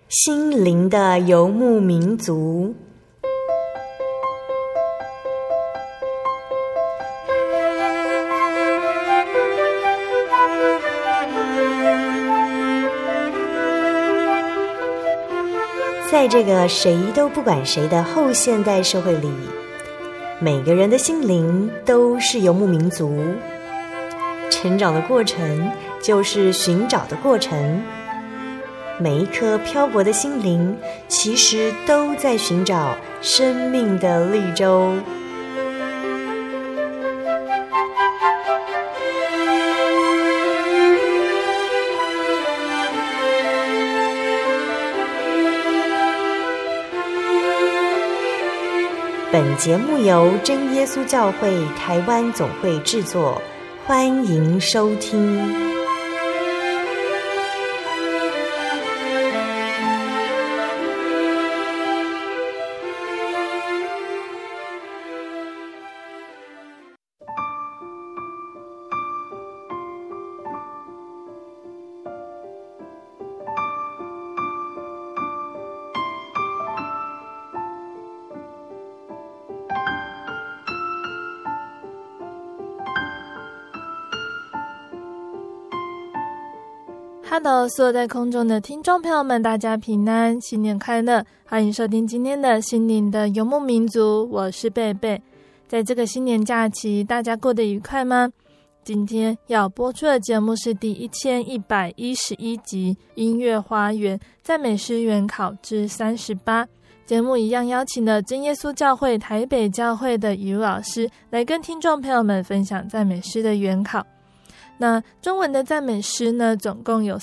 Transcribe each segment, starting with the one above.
心灵的游牧民族。在这个谁都不管谁的后现代社会里，每个人的心灵都是游牧民族。成长的过程就是寻找的过程，每一颗漂泊的心灵其实都在寻找生命的绿洲。本节目由真耶稣教会台湾总会制作，欢迎收听。 Hello， 所有在空中的听众朋友们，大家平安，新年快乐！欢迎收听今天的心灵的游牧民族，我是贝贝。在这个新年假期，大家过得愉快吗？今天要播出的节目是第1111集《音乐花园赞美诗原考之38》。节目一样邀请了真耶稣教会台北教会的以如老师来跟听众朋友们分享赞美诗的原考。那中文的赞美诗呢，总共有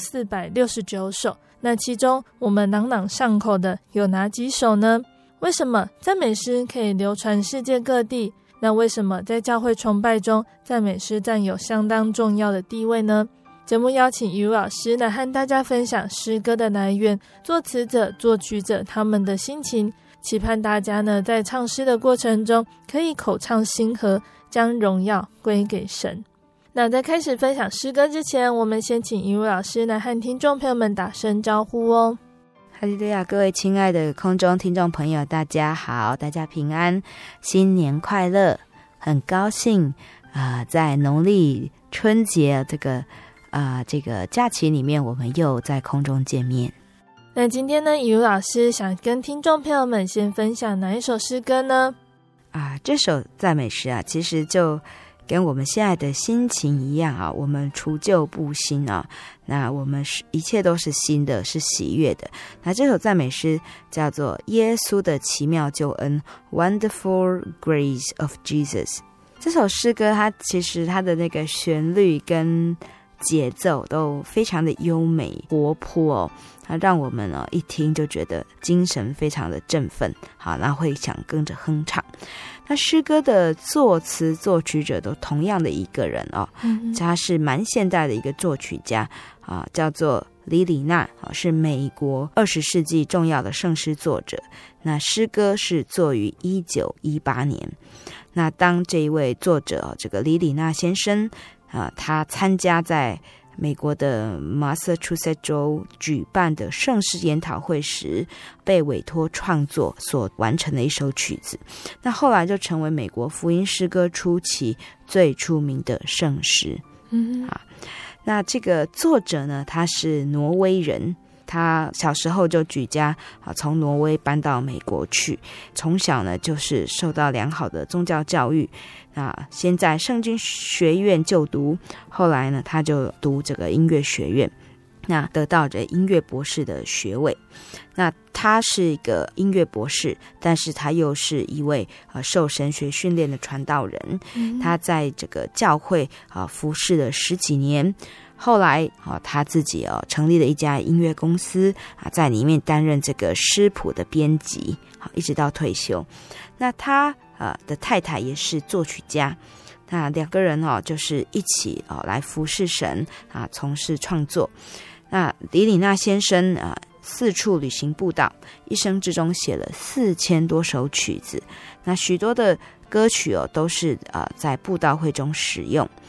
469首。那其中我们朗朗上口的有哪几首呢？为什么赞美诗可以流传世界各地？那为什么在教会崇拜中，赞美诗占有相当重要的地位呢？节目邀请以如老师来和大家分享诗歌的来源、作词者、作曲者他们的心情，期盼大家呢在唱诗的过程中可以口唱心和，将荣耀归给神。那在开始分享诗歌之前，我们先请以如老师来和听众朋友们打声招呼哦。 哈利路亚，各位亲爱的空中听众朋友，大家好，大家平安，新年快乐！很高兴在农历春节这个假期里面，我们又在空中见面。 那今天呢，以如老师想跟听众朋友们先分享哪一首诗歌呢？ 这首赞美诗其实就跟我们现在的心情一样我们除旧布新那我们一切都是新的，是喜悦的。那这首赞美诗叫做耶稣的奇妙救恩 Wonderful Grace of Jesus。 这首诗歌它其实它的那个旋律跟节奏都非常的优美活泼它让我们一听就觉得精神非常的振奋，好，然后会想跟着哼唱。那诗歌的作词作曲者都同样的一个人他是蛮现代的一个作曲家叫做李李纳，是美国20世纪重要的圣诗作者。那诗歌是作于1918年。那当这一位作者这个李李纳先生他参加在美国的 Massachusetts 州举办的圣诗研讨会时，被委托创作所完成的一首曲子。那后来就成为美国福音诗歌初期最出名的圣诗。那这个作者呢，他是挪威人，他小时候就举家从挪威搬到美国去，从小呢就是受到良好的宗教教育。先在圣经学院就读，后来呢他就读这个音乐学院，那得到这音乐博士的学位。那他是一个音乐博士，但是他又是一位受神学训练的传道人。他在这个教会服侍了10几年，后来他自己成立了一家音乐公司在里面担任这个诗谱的编辑，一直到退休。那他的太太也是作曲家，那两个人就是一起来服侍神从事创作。那李李纳先生四处旅行布道，一生之中写了4000多首曲子。那许多的歌曲都是在布道会中使用。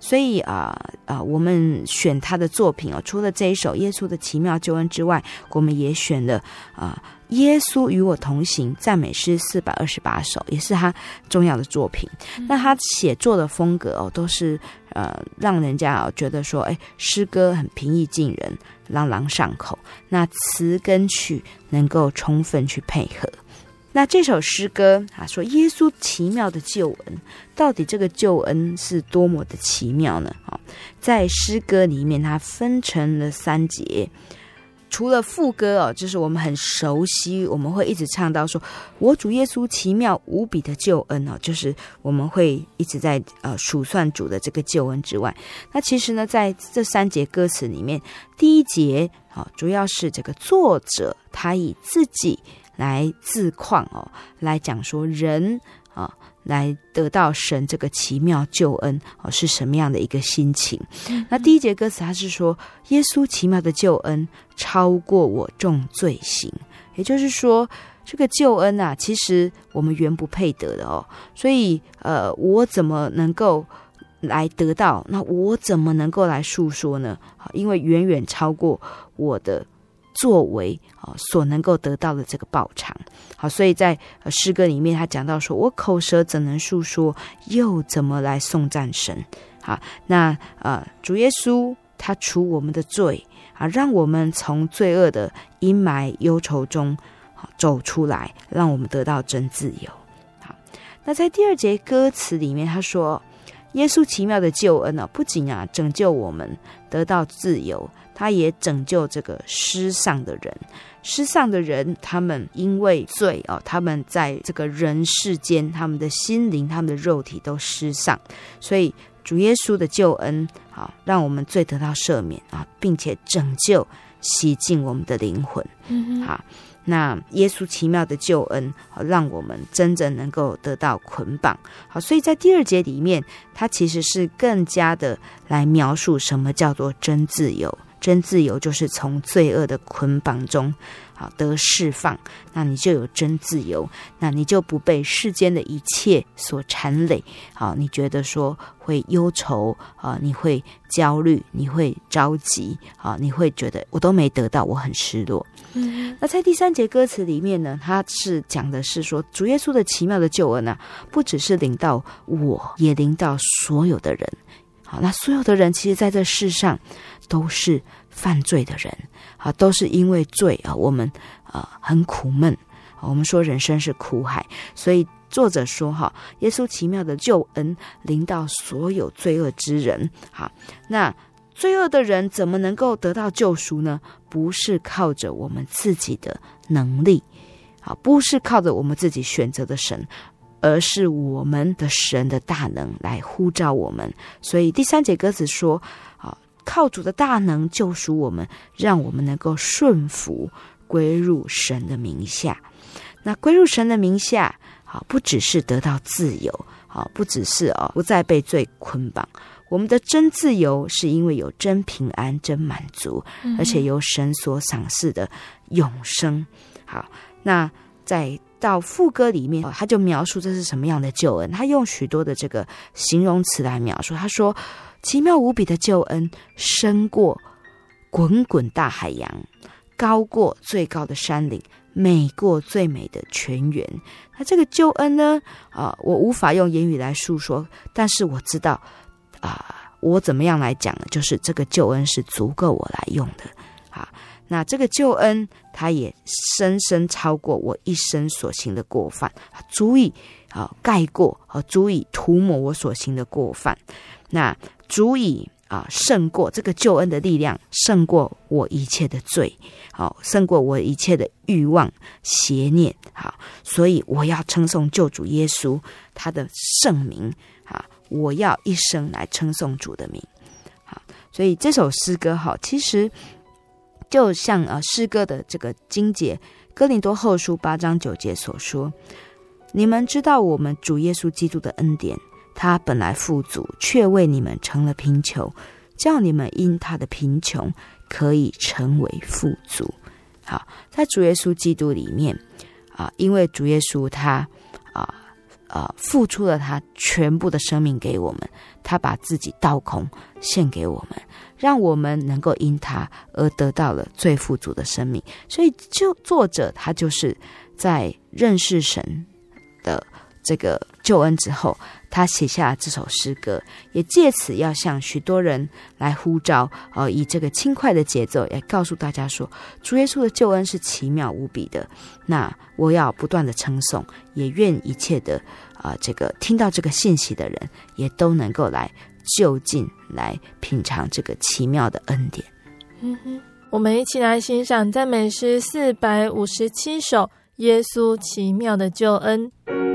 所以我们选他的作品除了这一首耶稣的奇妙救恩之外，我们也选了耶稣与我同行赞美诗428首，也是他重要的作品。那他写作的风格都是让人家觉得说诗歌很平易近人，朗朗上口，那词跟曲能够充分去配合。那这首诗歌说耶稣奇妙的救恩，到底这个救恩是多么的奇妙呢？在诗歌里面它分成了3节，除了副歌就是我们很熟悉，我们会一直唱到说我主耶稣奇妙无比的救恩就是我们会一直在数算主的这个救恩之外，那其实呢在这3节歌词里面，第1节主要是这个作者他以自己来自况来讲说人来得到神这个奇妙救恩是什么样的一个心情。那第1节歌词他是说耶稣奇妙的救恩超过我众罪行，也就是说这个救恩其实我们原不配得的所以我怎么能够来得到，那我怎么能够来述说呢？因为远远超过我的作为所能够得到的这个报偿。好，所以在诗歌里面他讲到说我口舌怎能述说，又怎么来颂赞神。好，那主耶稣他除我们的罪让我们从罪恶的阴霾忧愁中走出来，让我们得到真自由。好，那在第2节歌词里面他说耶稣奇妙的救恩不仅拯救我们得到自由，他也拯救这个失丧的人。失丧的人他们因为罪他们在这个人世间，他们的心灵他们的肉体都失丧，所以主耶稣的救恩让我们罪得到赦免并且拯救洗净我们的灵魂。好，那耶稣奇妙的救恩让我们真正能够得到捆绑。好，所以在第2节里面它其实是更加的来描述什么叫做真自由。真自由就是从罪恶的捆绑中得释放，那你就有真自由，那你就不被世间的一切所缠累。你觉得说会忧愁你会焦虑，你会着急你会觉得我都没得到，我很失落。那在第3节歌词里面呢，它是讲的是说主耶稣的奇妙的救恩不只是临到我，也临到所有的人。好，那所有的人其实在这世上都是犯罪的人都是因为罪我们很苦闷，我们说人生是苦海，所以作者说耶稣奇妙的救恩临到所有罪恶之人。好，那罪恶的人怎么能够得到救赎呢？不是靠着我们自己的能力不是靠着我们自己选择的神，而是我们的神的大能来呼召我们。所以第3节歌词说靠主的大能救赎我们，让我们能够顺服归入神的名下。那归入神的名下不只是得到自由不只是不再被罪捆绑，我们的真自由是因为有真平安真满足而且由神所赏赐的永生。好，那在到副歌里面他就描述这是什么样的救恩，他用许多的这个形容词来描述。他说奇妙无比的救恩深过滚滚大海洋，高过最高的山岭，美过最美的泉源。那这个救恩呢我无法用言语来述说，但是我知道我怎么样来讲呢？就是这个救恩是足够我来用的。好，那这个救恩它也深深超过我一生所行的过犯，足以盖过足以涂抹我所行的过犯，那足以胜过这个救恩的力量，胜过我一切的罪胜过我一切的欲望邪念。好，所以我要称颂救主耶稣他的圣名我要一生来称颂主的名。好，所以这首诗歌其实就像诗歌的这个经节哥林多后书8章9节所说，你们知道我们主耶稣基督的恩典，他本来富足，却为你们成了贫穷，叫你们因他的贫穷可以成为富足。好，在主耶稣基督里面因为主耶稣他付出了他全部的生命给我们，他把自己倒空献给我们，让我们能够因他而得到了最富足的生命。所以作者他就是在认识神的这个救恩之后，他写下了这首诗歌，也借此要向许多人来呼召，以这个轻快的节奏也告诉大家说，主耶稣的救恩是奇妙无比的。那我要不断的称颂，也愿一切的这个听到这个信息的人也都能够来就近来品尝这个奇妙的恩典。 我们一起来欣赏赞美诗457首耶稣奇妙的救恩。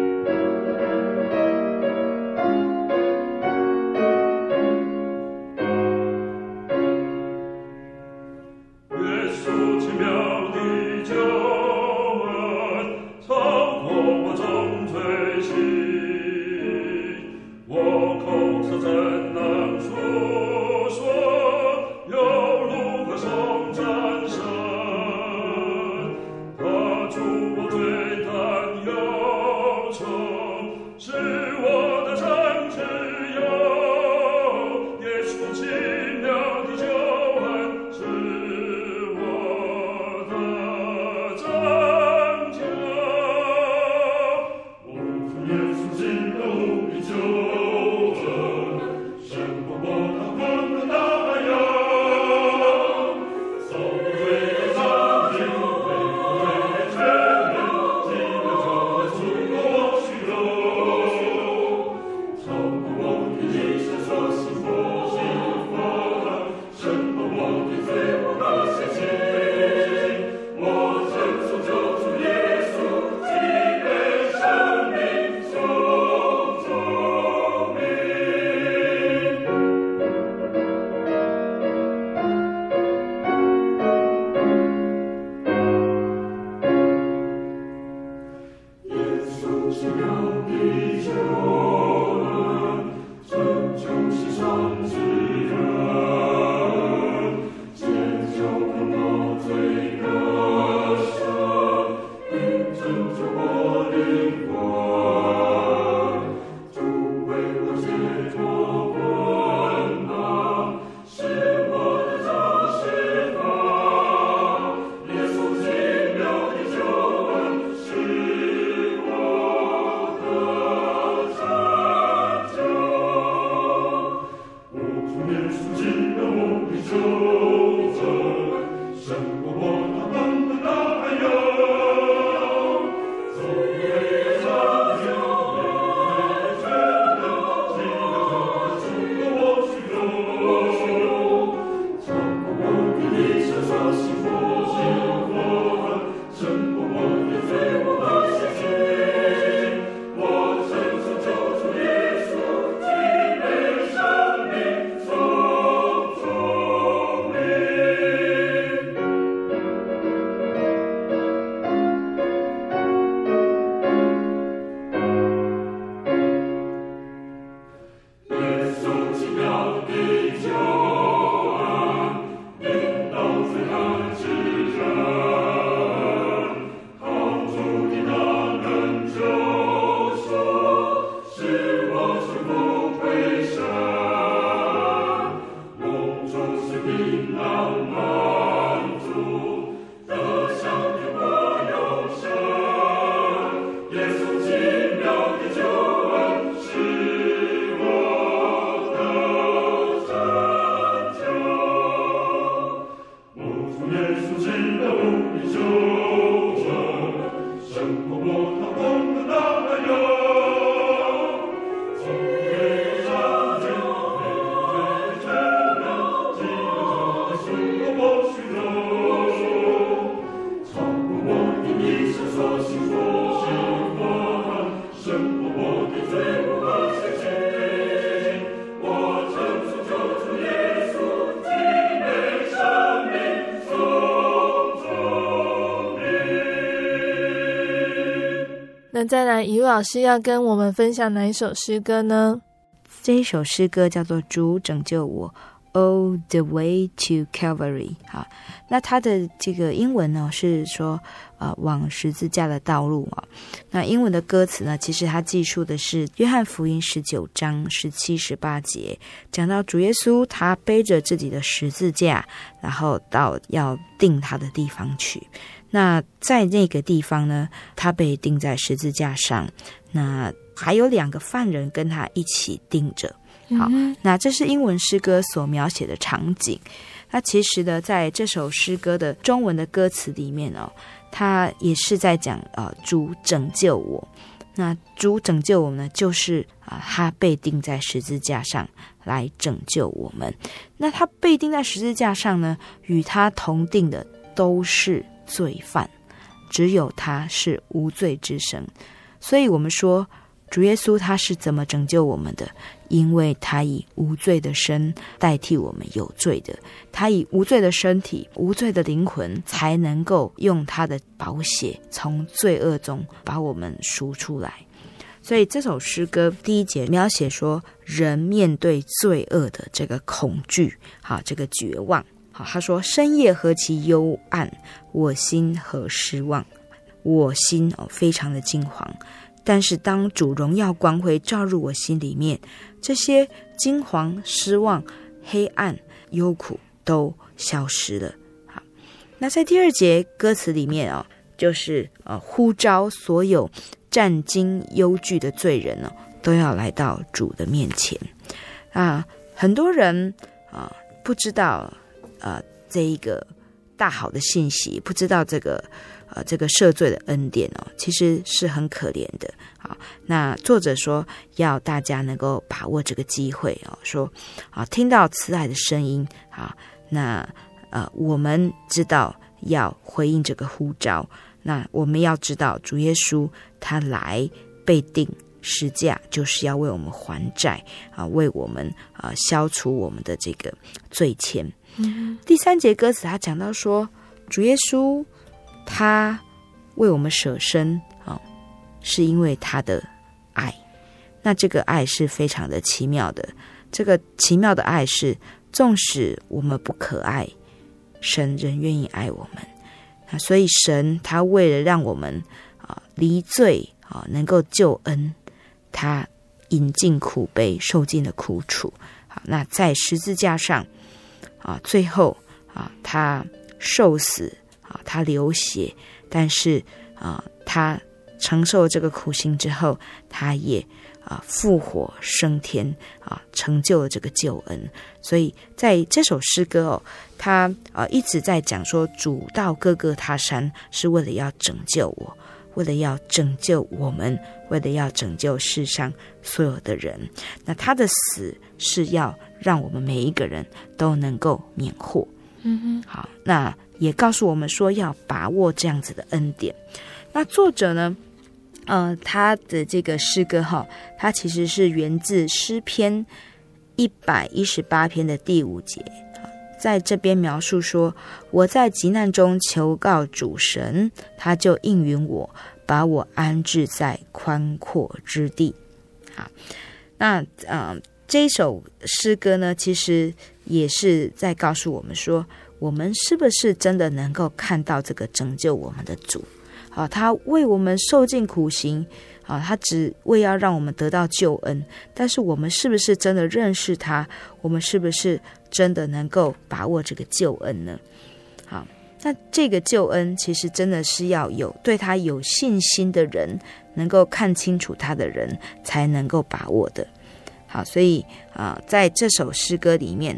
那再来，怡老师要跟我们分享哪一首诗歌呢？ 这一首诗歌叫做《主拯救我， All the way to Calvary。 好，那它的这个英文呢是说往十字架的道路啊。那英文的歌词呢，其实它记述的是约翰福音19章17、18节，讲到主耶稣他背着自己的十字架，然后到要钉他的地方去。那在那个地方呢，他被钉在十字架上，那还有2个犯人跟他一起钉着。好，那这是英文诗歌所描写的场景。那其实呢，在这首诗歌的中文的歌词里面哦，它也是在讲主拯救我。那主拯救我们呢，就是他被钉在十字架上来拯救我们。那他被钉在十字架上呢，与他同定的都是罪犯，只有他是无罪之身。所以我们说主耶稣他是怎么拯救我们的？因为他以无罪的身代替我们有罪的，他以无罪的身体、无罪的灵魂，才能够用他的宝血从罪恶中把我们赎出来。所以这首诗歌第1节描写说，人面对罪恶的这个恐惧，好，这个绝望。好，他说深夜何其幽暗，我心何失望。我心非常的惊惶，但是当主荣耀光辉照入我心里面，这些惊惶、失望、黑暗、忧苦都消失了。好，那在第2节歌词里面就是呼召所有战惊忧惧的罪人都要来到主的面前。很多人不知道这一个大好的信息，不知道这个赦罪的恩典其实是很可怜的。好，那作者说要大家能够把握这个机会说听到慈爱的声音，好，那我们知道要回应这个呼召。那我们要知道主耶稣他来被钉十架，就是要为我们还债为我们消除我们的这个罪愆。第3节歌词他讲到说，主耶稣他为我们舍身是因为他的爱。那这个爱是非常的奇妙的，这个奇妙的爱是纵使我们不可爱，神仍愿意爱我们。所以神他为了让我们离罪能够救恩，他饮尽苦杯，受尽了苦楚。好，那在十字架上最后他受死，他流血，但是他承受这个苦刑之后，他也复活升天成就了这个救恩。所以在这首诗歌他一直在讲说，主到各各他山是为了要拯救我，为了要拯救我们，为了要拯救世上所有的人。那他的死是要让我们每一个人都能够免祸。好，那也告诉我们说要把握这样子的恩典。那作者呢他的这个诗歌它其实是源自诗篇118篇的第5节，在这边描述说，我在急难中求告主神，他就应允我，把我安置在宽阔之地。好，那这首诗歌呢，其实也是在告诉我们说，我们是不是真的能够看到这个拯救我们的主。他为我们受尽苦刑，他只为要让我们得到救恩，但是我们是不是真的认识他？我们是不是真的能够把握这个救恩呢？好，那这个救恩其实真的是要有对他有信心的人，能够看清楚他的人才能够把握的。好，所以在这首诗歌里面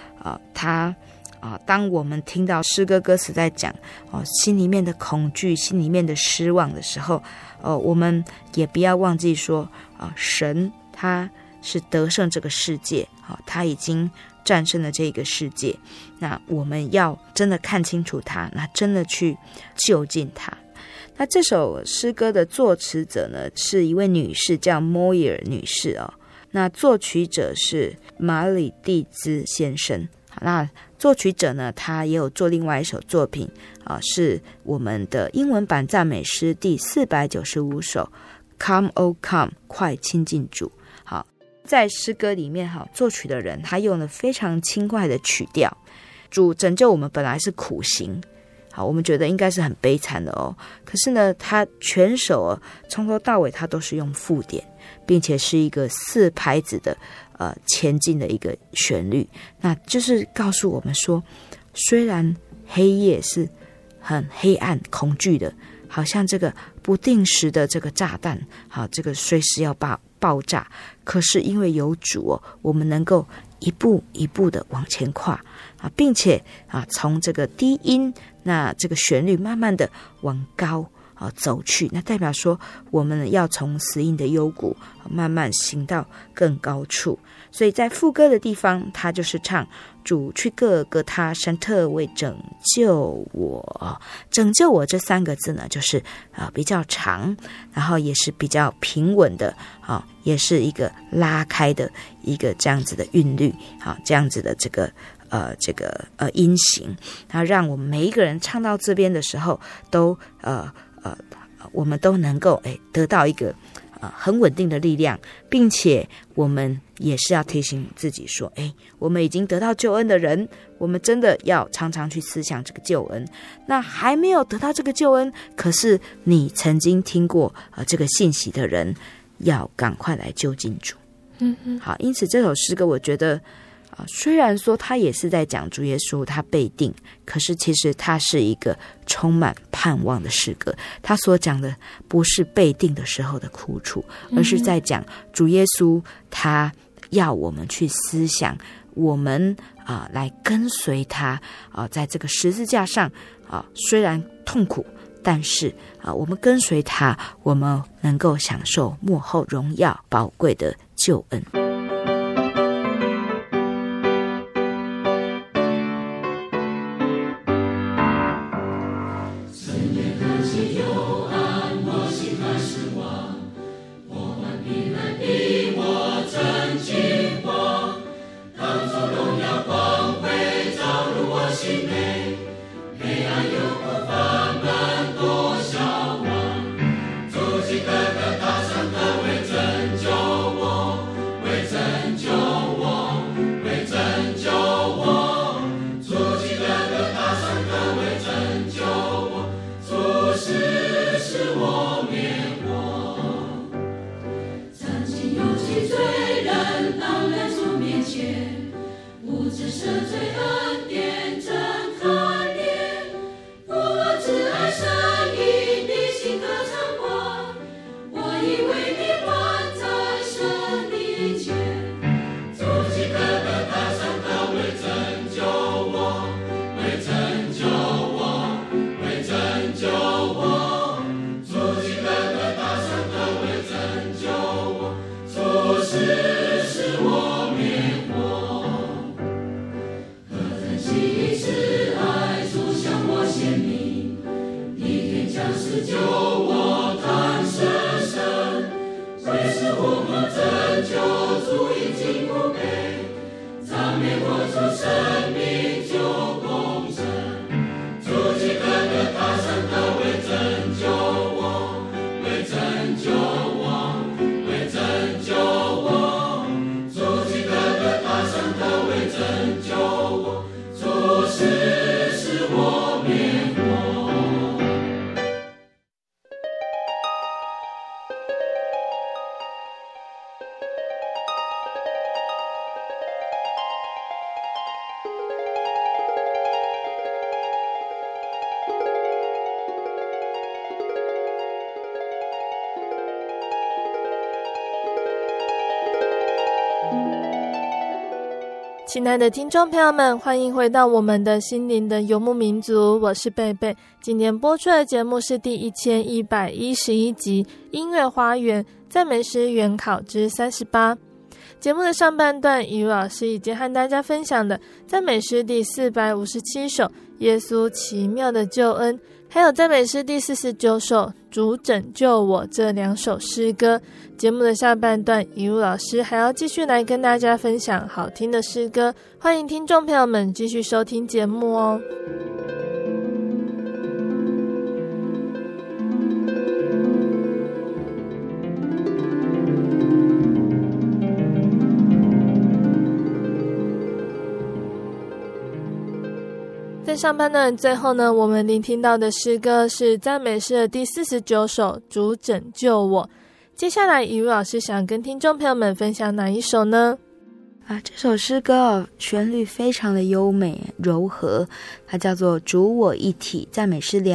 当我们听到诗歌歌词在讲心里面的恐惧，心里面的失望的时候，我们也不要忘记说神他是得胜这个世界，他已经战胜了这个世界。那我们要真的看清楚他，那真的去就近他。那这首诗歌的作词者呢，是一位女士，叫摩耶尔女士那作曲者是马里蒂兹先生。那作曲者呢，他也有做另外一首作品是我们的英文版赞美诗第495首 Come O Come 快亲近主。好， 在诗歌里面作曲的人他用了非常轻快的曲调。主拯救我们本来是苦行，好，我们觉得应该是很悲惨的哦。可是呢，他全首从头到尾他都是用附点，并且是一个4拍子的前进的一个旋律。那就是告诉我们说，虽然黑夜是很黑暗恐惧的，好像这个不定时的这个炸弹，好，这个随时要爆炸，可是因为有主我们能够一步一步的往前跨并且从这个低音，那这个旋律慢慢的往高走去，那代表说我们要从死荫的幽谷慢慢行到更高处。所以在副歌的地方，他就是唱主去各个他山特为拯救我。拯救我这3个字呢，就是比较长，然后也是比较平稳的也是一个拉开的一个这样子的韵律这样子的这个音型，然后让我们每一个人唱到这边的时候都我们都能够得到一个很稳定的力量，并且我们也是要提醒自己说，我们已经得到救恩的人，我们真的要常常去思想这个救恩。那还没有得到这个救恩，可是你曾经听过这个信息的人，要赶快来就近主。好，因此这首诗歌我觉得虽然说他也是在讲主耶稣他被定，可是其实他是一个充满盼望的诗歌。他所讲的不是被定的时候的苦楚，而是在讲主耶稣他要我们去思想，我们来跟随他在这个十字架上虽然痛苦，但是我们跟随他，我们能够享受末后荣耀宝贵的救恩。 亲爱的听众朋友们，欢迎回到我们的心灵的游牧民族，我是贝贝。今天播出的节目是第1111集音乐花园赞美诗原考之38。节目的上半段，怡如老师已经和大家分享了赞美诗第457首耶稣奇妙的救恩，还有赞美诗第49首主拯救我这2首诗歌。节目的下半段，怡如老师还要继续来跟大家分享好听的诗歌，欢迎听众朋友们继续收听节目哦。 在上半段最后呢，我们聆听到的诗歌是赞美诗的第49首《主拯救我》。接下来怡如老师想跟听众朋友们分享哪一首呢？ 这首诗歌旋律非常的优美柔和，它叫做主我一体，赞美诗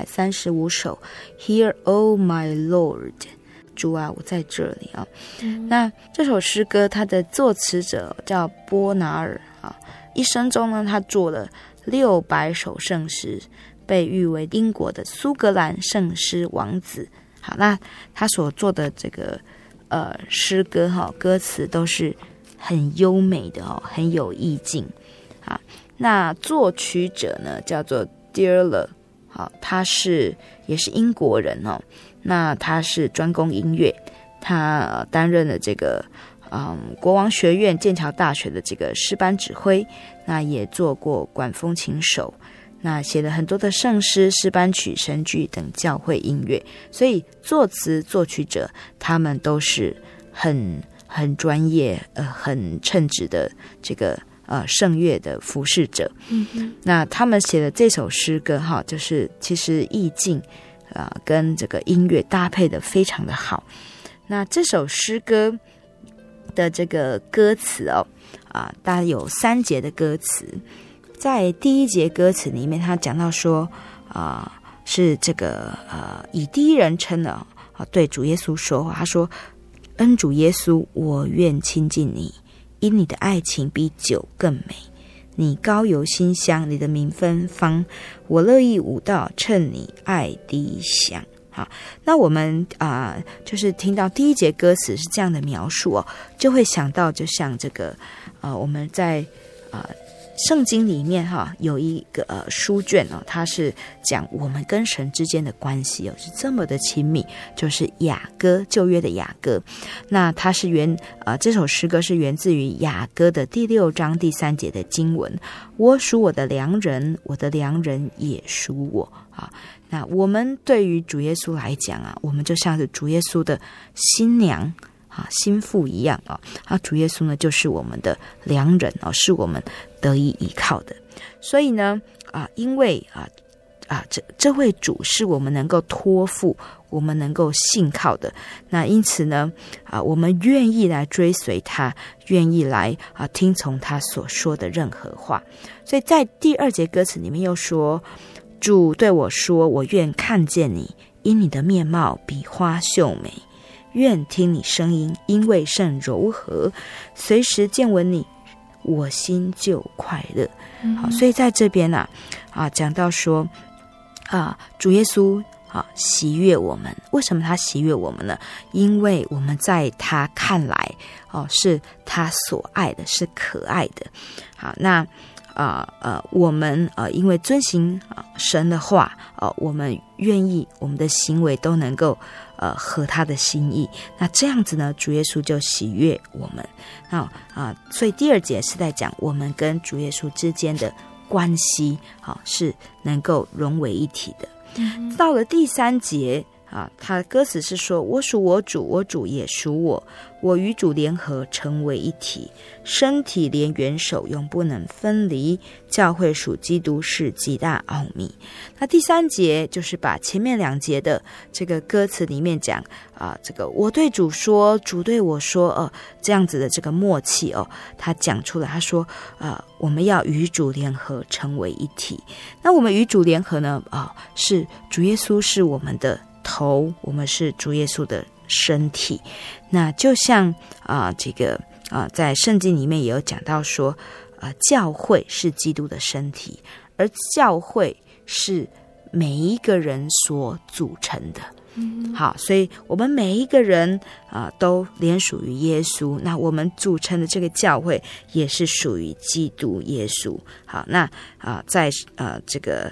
235首 Here O my Lord， 主啊我在这里那这首诗歌它的作词者叫波拿尔一生中呢他做了600首圣诗，被誉为英国的苏格兰圣诗王子。好，那他所做的这个诗歌歌词都是很优美的很有意境。好，那作曲者呢叫做 Dearler， 他也是英国人那他是专攻音乐，他担任了这个国王学院剑桥大学的这个诗班指挥，那也做过管风琴手，那写了很多的圣诗、诗班曲、神剧等教会音乐，所以作词作曲者他们都是很专业很称职的这个圣乐的服侍者。那他们写的这首诗歌就是其实意境跟这个音乐搭配的非常的好。那这首诗歌的这个歌词大概有3节的歌词。在第1节歌词里面，他讲到说是这个以第一人称的对主耶稣说话，他说恩主耶稣，我愿亲近你，因你的爱情比酒更美，你膏油馨香，你的名芬芳，我乐意舞蹈，趁你爱的香。好，那我们就是听到第1节歌词是这样的描述就会想到就像这个我们在圣经里面有一个书卷它是讲我们跟神之间的关系是这么的亲密，就是雅歌，旧约的雅歌。那它是这首诗歌是源自于雅歌的第6章第3节的经文，我属我的良人，我的良人也属我那我们对于主耶稣来讲我们就像是主耶稣的新娘心腹一样主耶稣呢就是我们的良人是我们得以依靠的。所以呢因为这位主是我们能够托付，我们能够信靠的，那因此呢我们愿意来追随他，愿意来听从他所说的任何话。所以在第2节歌词里面又说，主对我说，我愿看见你，因你的面貌比花秀美，愿听你声音，因为甚柔和，随时见闻你，我心就快乐。好，所以在这边讲到说主耶稣喜悦我们。为什么他喜悦我们呢？因为我们在他看来是他所爱的，是可爱的。好，那我们因为遵行神的话我们愿意我们的行为都能够合他的心意，那这样子呢主耶稣就喜悦我们。所以第2节是在讲我们跟主耶稣之间的关系是能够融为一体的。到了第3节他的歌词是说，我属我主，我主也属我，我与主联合成为一体，身体连元首永不能分离，教会属基督是极大奥秘。那第3节就是把前面2节的这个歌词里面讲这个我对主说，主对我说这样子的这个默契他讲出来，他说我们要与主联合成为一体。那我们与主联合呢是主耶稣是我们的头，我们是主耶稣的身体。那就像这个在圣经里面也有讲到说教会是基督的身体，而教会是每一个人所组成的。好，所以我们每一个人都连属于耶稣，那我们组成的这个教会也是属于基督耶稣。好，那在这个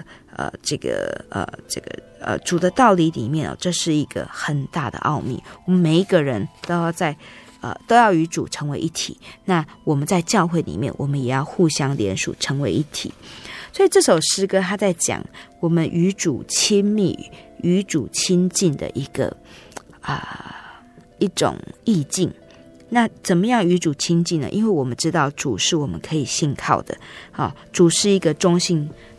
主的道理里面这是一个很大的奥秘。我们每一个人都要与主成为一体，那我们在教会里面我们也要互相连属成为一体。所以这首诗歌他在讲我们与主亲密与主亲近的一种意境。那怎么样与主亲近呢？因为我们知道主是我们可以信靠的主是一个忠信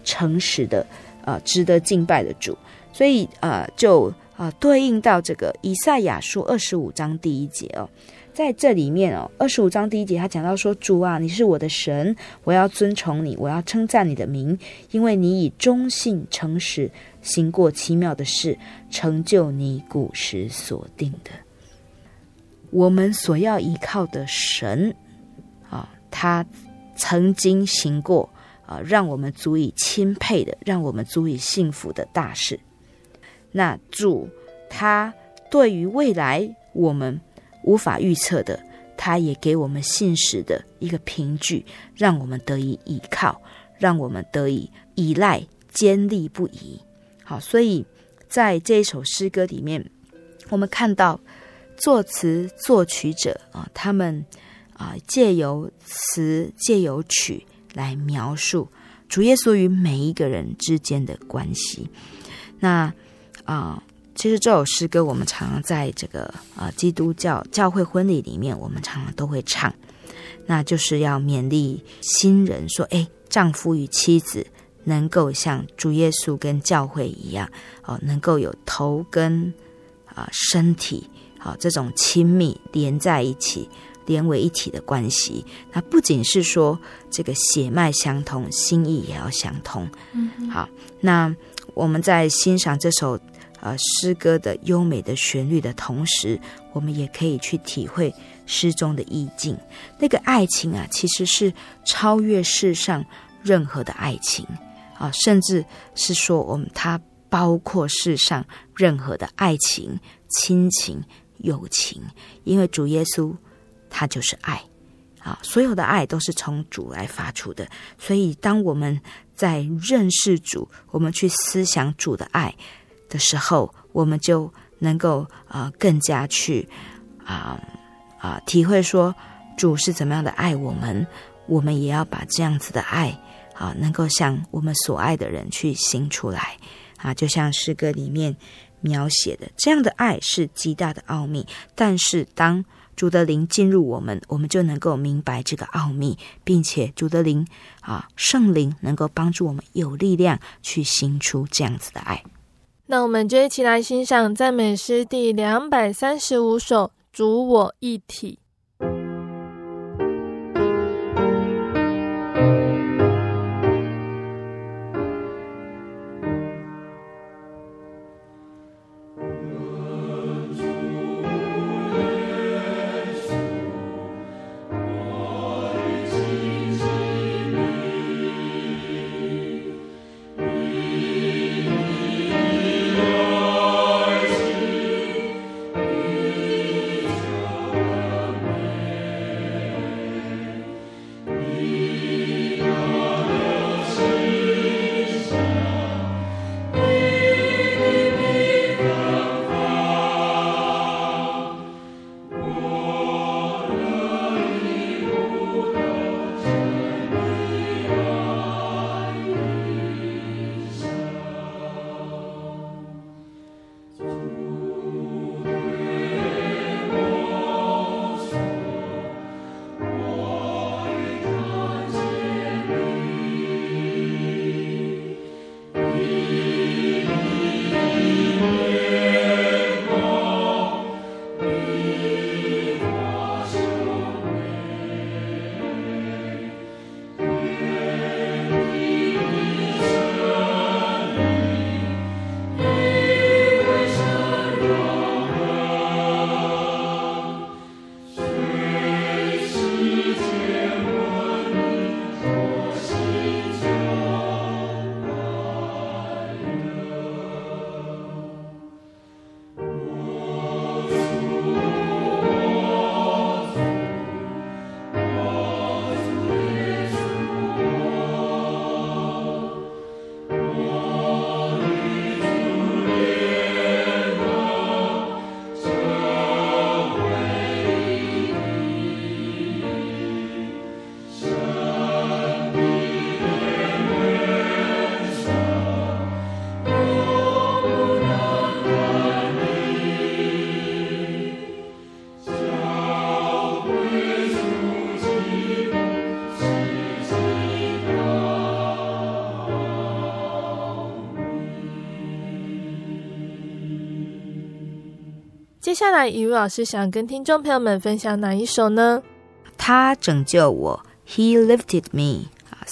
诚实的值得敬拜的主。所以就对应到这个以赛亚书25章第1节哦，在这里面25章第1节他讲到说，主啊，你是我的神，我要尊崇你，我要称赞你的名，因为你以忠信诚实行过奇妙的事，成就你古时所定的。我们所要依靠的神他曾经行过让我们足以钦佩的，让我们足以幸福的大事。那主他对于未来我们无法预测的，他也给我们信实的一个凭据，让我们得以依靠，让我们得以依赖，坚立不移。好，所以在这一首诗歌里面，我们看到作词作曲者他们借由词借由曲来描述主耶稣与每一个人之间的关系。那其实这首诗歌我们常常在这个基督教教会婚礼里面，我们常常都会唱，那就是要勉励新人说，丈夫与妻子能够像主耶稣跟教会一样能够有头跟身体这种亲密连在一起，连为一体的关系。那不仅是说这个血脉相通，心意也要相通。好，那我们在欣赏这首诗歌的优美的旋律的同时，我们也可以去体会诗中的意境。那个爱情其实是超越世上任何的爱情甚至是说它包括世上任何的爱情、亲情、友情，因为主耶稣他就是爱所有的爱都是从主来发出的。所以当我们在认识主，我们去思想主的爱的时候，我们就能够更加去体会说主是怎么样的爱我们，我们也要把这样子的爱能够向我们所爱的人去行出来就像诗歌里面描写的，这样的爱是极大的奥秘，但是当主的灵进入我们，我们就能够明白这个奥秘，并且主的灵圣灵能够帮助我们有力量去行出这样子的爱。 那我们就一起来欣赏赞美诗第235首，主我一体。 接下来怡如老师想跟听众朋友们分享哪一首呢？ 他拯救我 He lifted me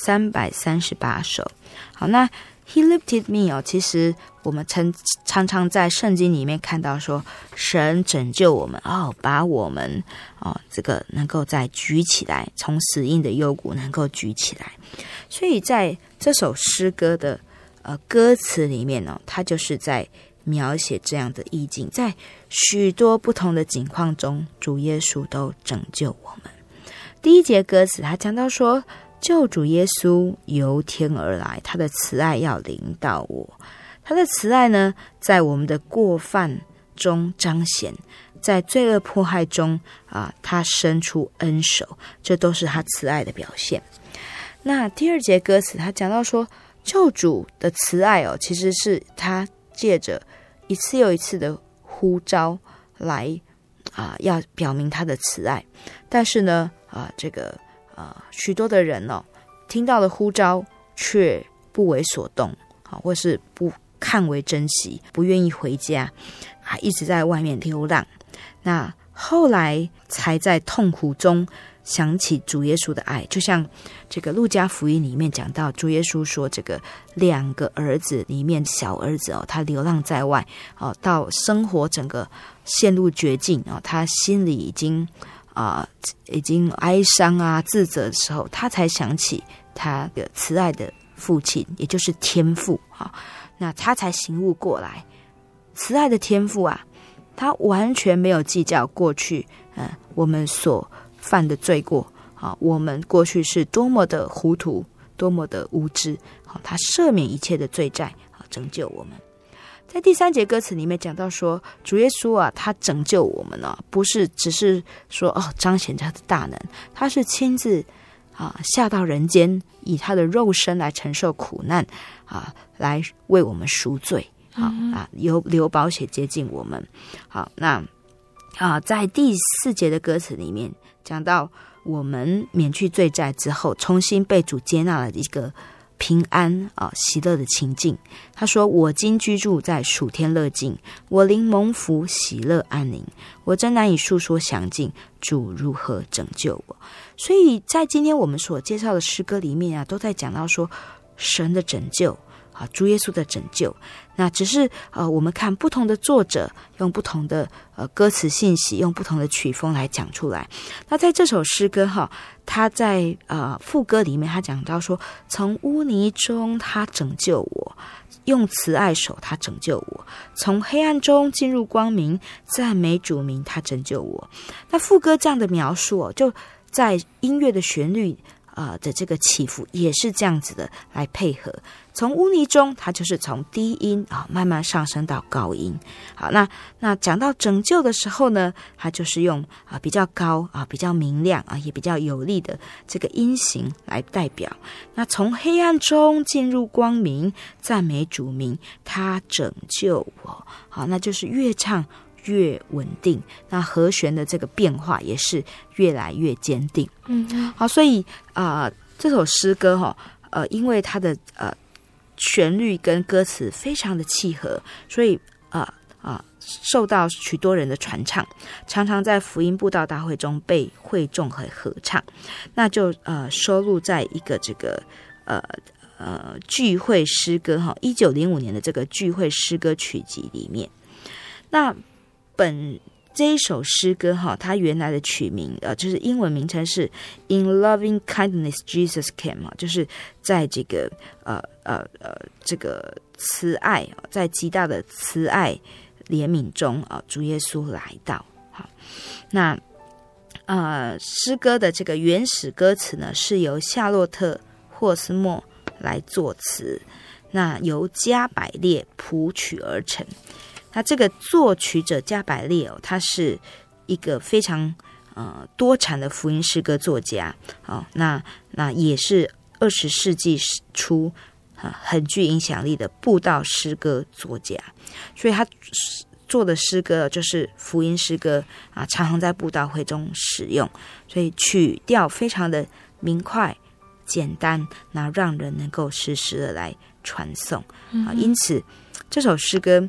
338首。好，那 He lifted me 其实我们常常在圣经里面看到说神拯救我们把我们这个能够再举起来，从死荫的幽谷能够举起来。所以在这首诗歌的歌词里面它就是在描写这样的意境，在许多不同的境况中，主耶稣都拯救我们。第一节歌词他讲到说，救主耶稣由天而来，他的慈爱要临到我。他的慈爱呢，在我们的过犯中彰显，在罪恶迫害中他伸出恩手，这都是他慈爱的表现。那第二节歌词他讲到说，救主的慈爱其实是他借着一次又一次的呼召来要表明他的慈爱。但是呢许多的人听到了呼召却不为所动，或是不看为珍惜，不愿意回家，一直在外面流浪。那后来才在痛苦中想起主耶稣的爱，就像这个路加福音里面讲到，主耶稣说这个2个儿子里面小儿子他流浪在外到生活整个陷入绝境他心里已经哀伤自责的时候，他才想起他的慈爱的父亲，也就是天父那他才醒悟过来，慈爱的天父他完全没有计较过去我们所犯的罪过我们过去是多么的糊涂，多么的无知他赦免一切的罪债拯救我们。在第3节歌词里面讲到说，主耶稣他拯救我们不是只是说彰显他的大能，他是亲自下到人间，以他的肉身来承受苦难来为我们赎罪流宝血接近我们。好，那在第4节的歌词里面讲到，我们免去罪债之后，重新被主接纳了一个平安喜乐的情境。他说，我今居住在属天乐境，我灵蒙福喜乐安宁，我真难以述说详尽，主如何拯救我。所以在今天我们所介绍的诗歌里面都在讲到说神的拯救主耶稣的拯救。那只是我们看不同的作者用不同的歌词信息，用不同的曲风来讲出来。那在这首诗歌他在副歌里面他讲到说，从污泥中他拯救我，用慈爱手他拯救我，从黑暗中进入光明，赞美主名他拯救我。那副歌这样的描述就在音乐的旋律的这个起伏也是这样子的来配合。从污泥中，它就是从低音慢慢上升到高音。好，那讲到拯救的时候呢，它就是用比较高比较明亮也比较有力的这个音型来代表。那从黑暗中进入光明，赞美主名，他拯救我。好，那就是越唱越稳定，那和弦的这个变化也是越来越坚定。好，所以这首诗歌因为它的旋律跟歌词非常的契合，所以受到许多人的传唱，常常在福音布道大会中被会众和合唱。那就收录在一个这个聚会诗歌1905年的这个聚会诗歌曲集里面。那这一首诗歌它原来的曲名就是英文名称是 In Loving Kindness Jesus Came 就是在这个这个慈爱在极大的慈爱怜悯中主耶稣来到。好，那诗歌的这个原始歌词呢是由夏洛特霍斯莫来作词，那由加百列谱曲而成。那这个作曲者加百列他是一个非常多产的福音诗歌作家那也是20世纪初很具影响力的布道诗歌作家，所以他做的诗歌就是福音诗歌常常在布道会中使用，所以曲调非常的明快简单，那让人能够实时的来传颂因此这首诗歌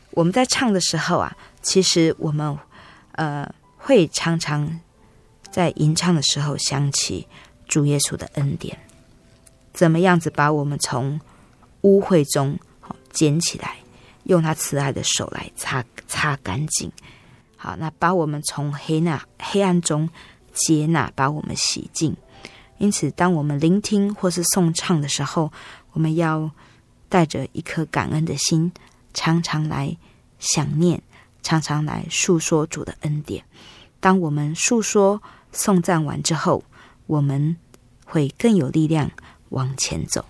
我们在唱的时候啊，其实我们会常常在吟唱的时候想起主耶稣的恩典，怎么样子把我们从污秽中捡起来，用他慈爱的手来擦干净。好，那把我们从黑暗中接纳，把我们洗净。因此当我们聆听或是颂唱的时候，我们要带着一颗感恩的心，常常来想念，常常来述说主的恩典。当我们述说颂赞完之后，我们会更有力量往前走。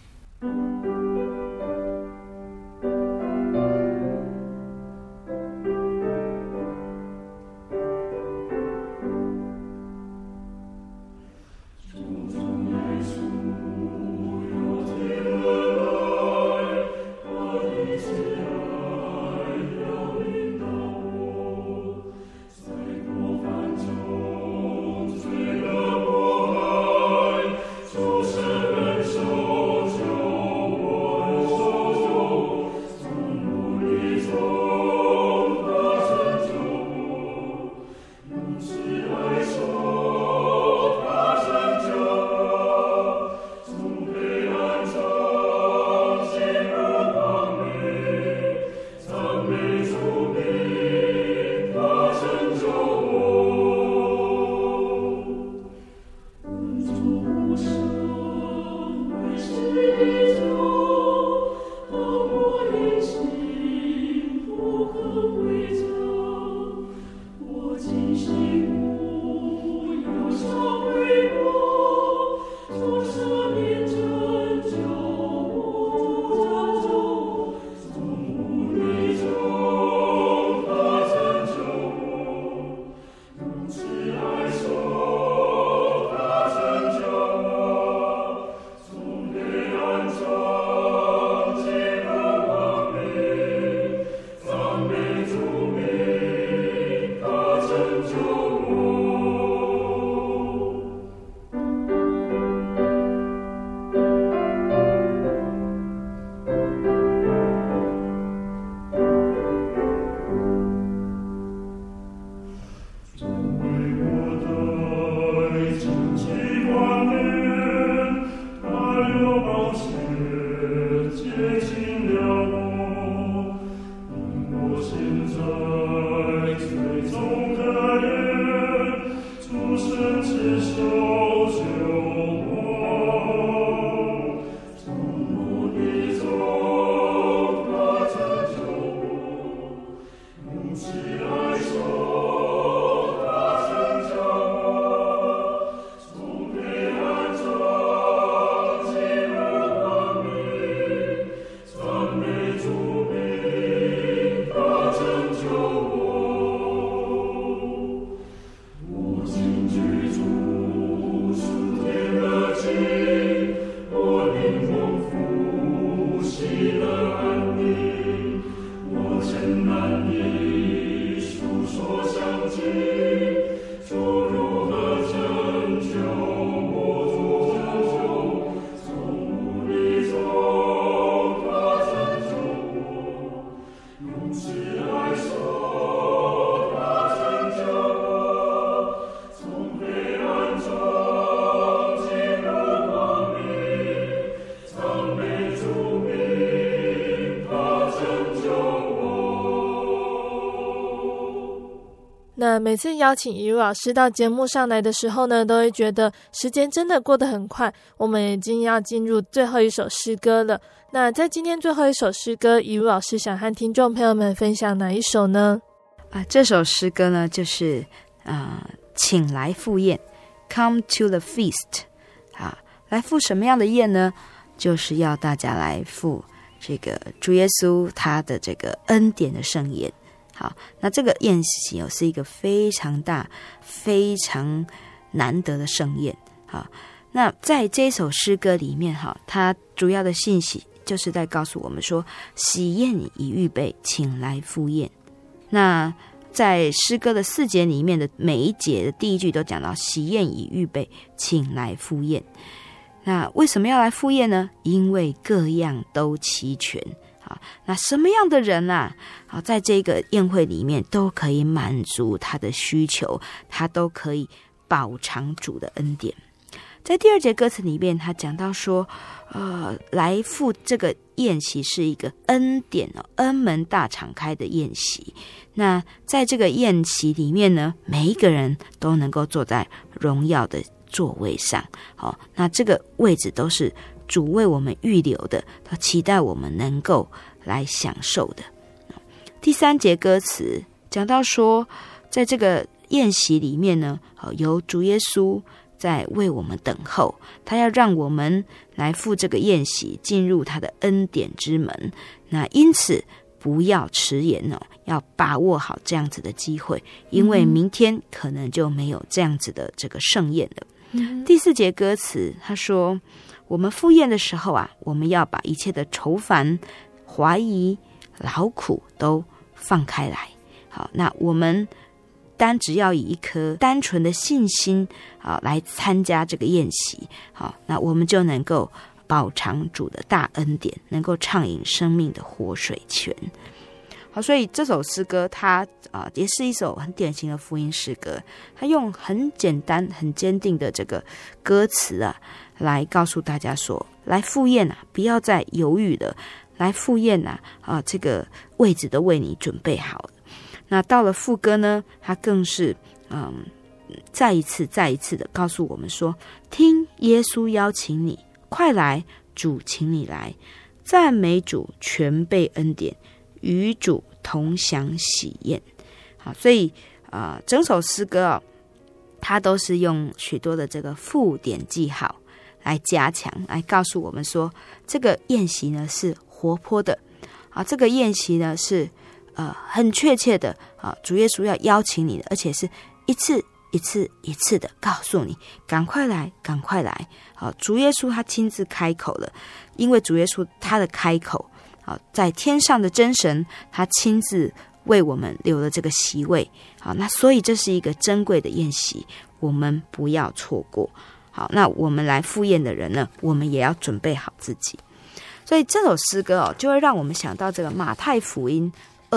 那每次邀请怡如老师到节目上来的时候呢，都会觉得时间真的过得很快，我们已经要进入最后一首诗歌了。那在今天最后一首诗歌，怡如老师想和听众朋友们分享哪一首呢？ 这首诗歌呢，就是请来赴宴 Come to the feast。 来赴什么样的宴呢？就是要大家来赴这个主耶稣他的这个恩典的盛宴。好，那这个宴席是一个非常大非常难得的盛宴。好，那在这首诗歌里面，它主要的信息就是在告诉我们说，喜宴已预备，请来赴宴。那在诗歌的4节里面的每一节的第一句都讲到喜宴已预备，请来赴宴。那为什么要来赴宴呢？因为各样都齐全。 那什么样的人啊，在这个宴会里面都可以满足他的需求，他都可以饱尝主的恩典。在第2节歌词里面，他讲到说，来赴这个宴席是一个恩典恩门大敞开的宴席。那在这个宴席里面呢，每一个人都能够坐在荣耀的座位上。那这个位置都是主为我们预留的，他期待我们能够来享受的。第3节歌词讲到说，在这个宴席里面呢，有主耶稣在为我们等候，他要让我们来赴这个宴席，进入他的恩典之门。那因此不要迟延要把握好这样子的机会，因为明天可能就没有这样子的这个盛宴了。第4节歌词他说，我们赴宴的时候啊，我们要把一切的愁烦、怀疑、劳苦都放开来。好，那我们只要以一颗单纯的信心来参加这个宴席，好，那我们就能够饱尝主的大恩典，能够畅饮生命的活水泉。好，所以这首诗歌它也是一首很典型的福音诗歌，它用很简单很坚定的这个歌词来告诉大家说，来赴宴不要再犹豫了，来赴宴这个位置都为你准备好了。那到了副歌呢，它更是再一次的告诉我们说，听耶稣邀请你，快来，主请你来，赞美主全备恩典，与主同享喜宴。好，所以整首诗歌它都是用许多的这个附点记号来加强，来告诉我们说，这个宴席呢是活泼的这个宴席呢是很确切的主耶稣要邀请你的，而且是一次的告诉你，赶快来，赶快来。主耶稣他亲自开口了，因为主耶稣他的开口，在天上的真神他亲自为我们留了这个席位。好，那所以这是一个珍贵的宴席，我们不要错过。好，那我们来赴宴的人呢，我们也要准备好自己。所以这首诗歌就会让我们想到这个马太福音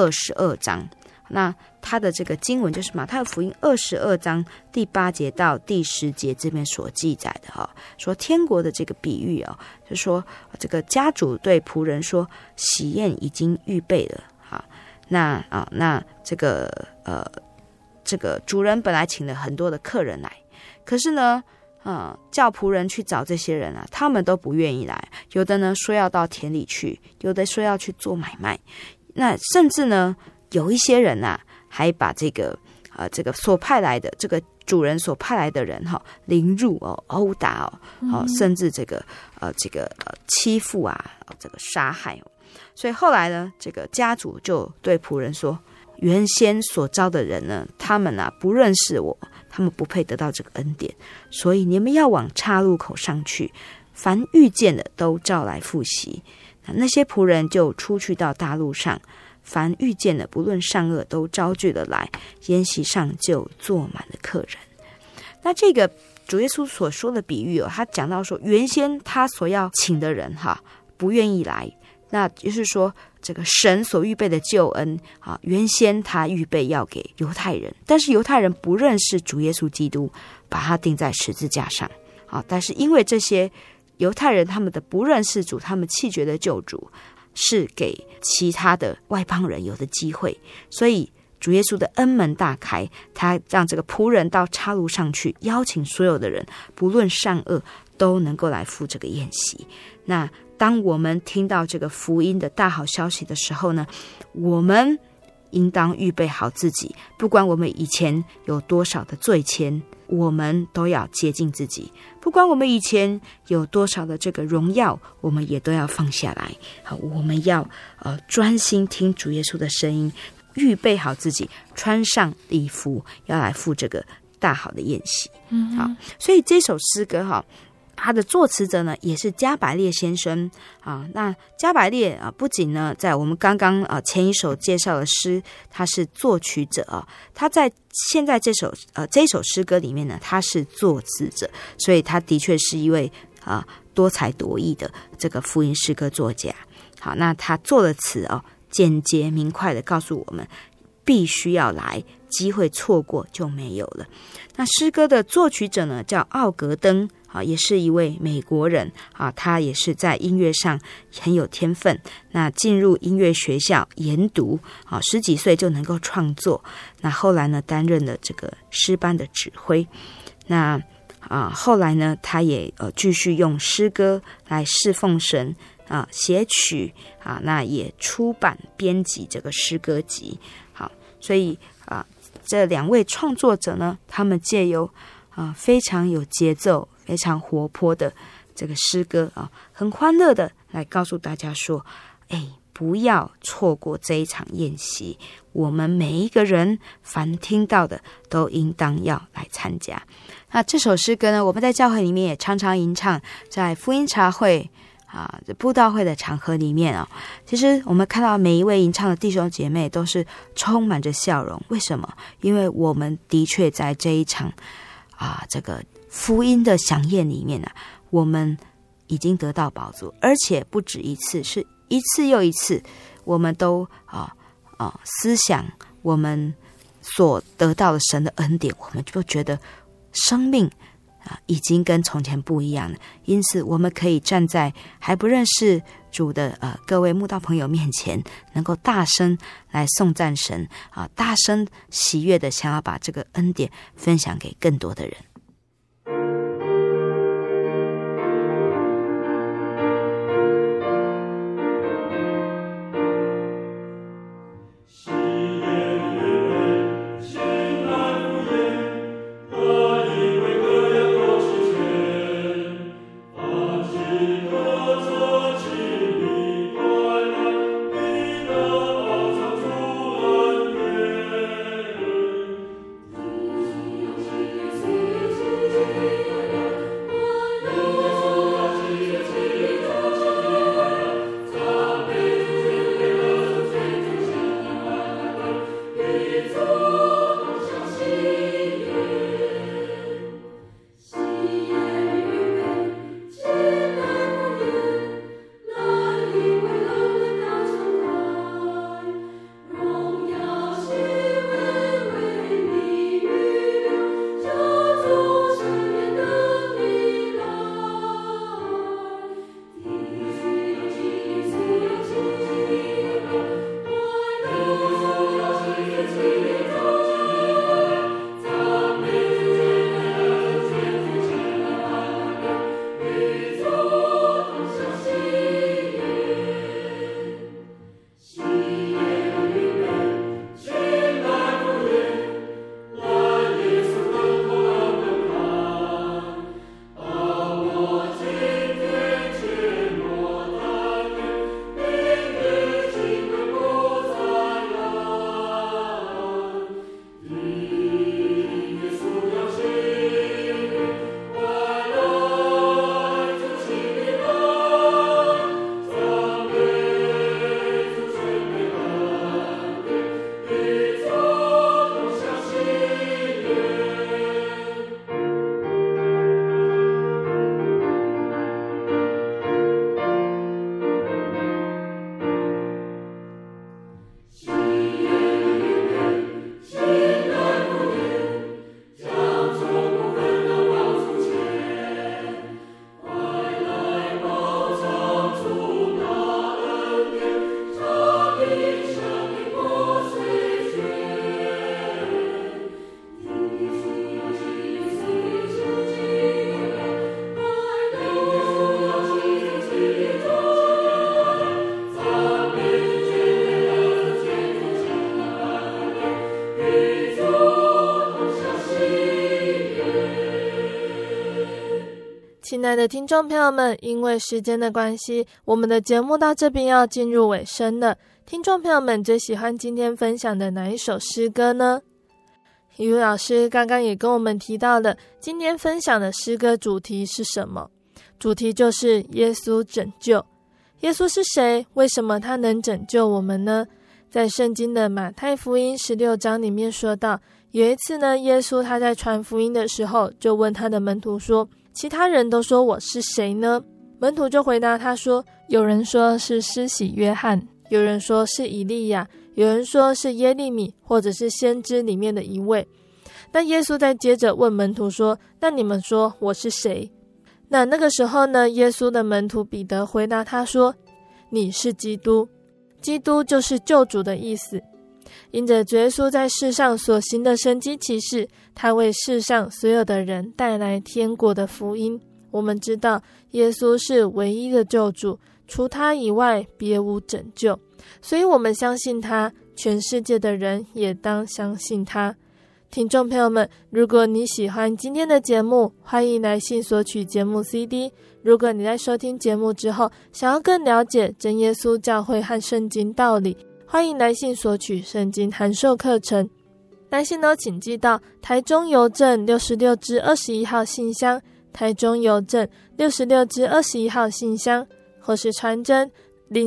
22章，那它的这个经文就是马太福音22章第8节到第10节这边所记载的说天国的这个比喻就说这个家主对仆人说，喜宴已经预备了。好，那这个主人本来请了很多的客人来，可是呢叫仆人去找这些人他们都不愿意来，有的呢说要到田里去，有的说要去做买卖，那甚至呢有一些人还把这个所派来的这个主人所派来的人凌辱殴打甚至这个欺负这个杀害所以后来呢，这个家主就对仆人说，原先所招的人呢，他们不认识我，他们不配得到这个恩典，所以你们要往岔路口上去，凡遇见的都召来赴席。那些仆人就出去到大路上，凡遇见的不论善恶都招聚了来，宴席上就坐满了客人。那这个主耶稣所说的比喻他讲到说，原先他所要请的人不愿意来，那就是说这个神所预备的救恩原先他预备要给犹太人，但是犹太人不认识主耶稣基督，把他钉在十字架上但是因为这些犹太人他们的不认识主，他们弃绝的救主是给其他的外邦人有的机会，所以主耶稣的恩门大开，他让这个仆人到岔路上去，邀请所有的人不论善恶都能够来赴这个宴席。那当我们听到这个福音的大好消息的时候呢，我们应当预备好自己，不管我们以前有多少的罪愆，我们都要洁净自己，不管我们以前有多少的这个荣耀，我们也都要放下来。好，我们要专心听主耶稣的声音，预备好自己，穿上礼服，要来赴这个大好的宴席。好，所以这首诗歌他的作词者呢也是加百列先生那加百列不仅呢在我们刚刚前一首介绍的诗他是作曲者他在现在这首诗歌里面呢他是作词者，所以他的确是一位多才多艺的这个福音诗歌作家。 好，那他做了词简洁明快的告诉我们必须要来，机会错过就没有了。那诗歌的作曲者呢叫奥格登，也是一位美国人，他也是在音乐上很有天分，那进入音乐学校研读，10几岁就能够创作，那后来呢担任了这个诗班的指挥，那后来呢他也继续用诗歌来侍奉神，写曲，那也出版编辑这个诗歌集。好，所以这2位创作者呢，他们借由非常有节奏非常活泼的这个诗歌很欢乐的来告诉大家说，不要错过这一场宴席，我们每一个人凡听到的都应当要来参加。那这首诗歌呢，我们在教会里面也常常吟唱，在福音茶会布道会的场合里面其实我们看到每一位吟唱的弟兄姐妹都是充满着笑容。为什么？因为我们的确在这一场这个福音的飨宴里面我们已经得到饱足，而且不止一次，是一次又一次，我们都思想我们所得到的神的恩典，我们就觉得生命已经跟从前不一样了。因此我们可以站在还不认识主的各位慕道朋友面前，能够大声来颂赞神大声喜悦的想要把这个恩典分享给更多的人。 亲爱的听众朋友们，因为时间的关系，我们的节目到这边要进入尾声了。听众朋友们最喜欢今天分享的哪一首诗歌呢？于老师刚刚也跟我们提到了今天分享的诗歌主题是什么？主题就是耶稣拯救。耶稣是谁？为什么他能拯救我们呢？在圣经的马太福音16章里面说到，有一次呢，耶稣他在传福音的时候，就问他的门徒说，其他人都说我是谁呢？ 门徒就回答他说，有人说是施洗约翰，有人说是以利亚，有人说是耶利米，或者是先知里面的一位。那耶稣再接着问门徒说，那你们说我是谁？那个时候呢，耶稣的门徒彼得回答他说，你是基督。基督就是救主的意思。因着主耶稣在世上所行的神迹奇事，他为世上所有的人带来天国的福音。我们知道耶稣是唯一的救主，除他以外别无拯救，所以我们相信他，全世界的人也当相信他。听众朋友们，如果你喜欢今天的节目，欢迎来信索取节目 CD。 如果你在收听节目之后想要更了解真耶稣教会和圣经道理，欢迎来信索取圣经函授课程。来信都请寄到台中邮政66支21号信箱，台中邮政66支21号信箱，或是传真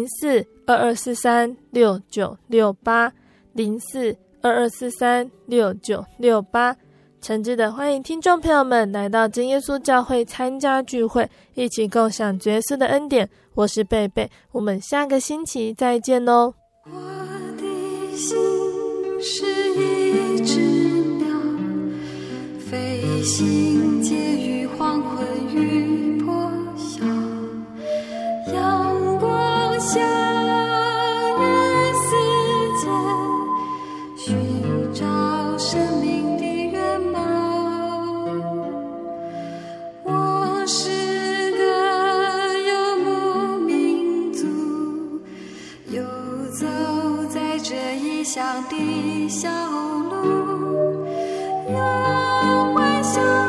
0422436968 0422436968。诚挚的欢迎听众朋友们来到真耶稣教会参加聚会，一起共享主耶稣的恩典。我是贝贝，我们下个星期再见哦。 我的心是一只鸟，飞行介于黄昏与破晓，阳光下与世界寻找生命的原貌。我是个游牧民族，游走在这异乡的小路，有欢笑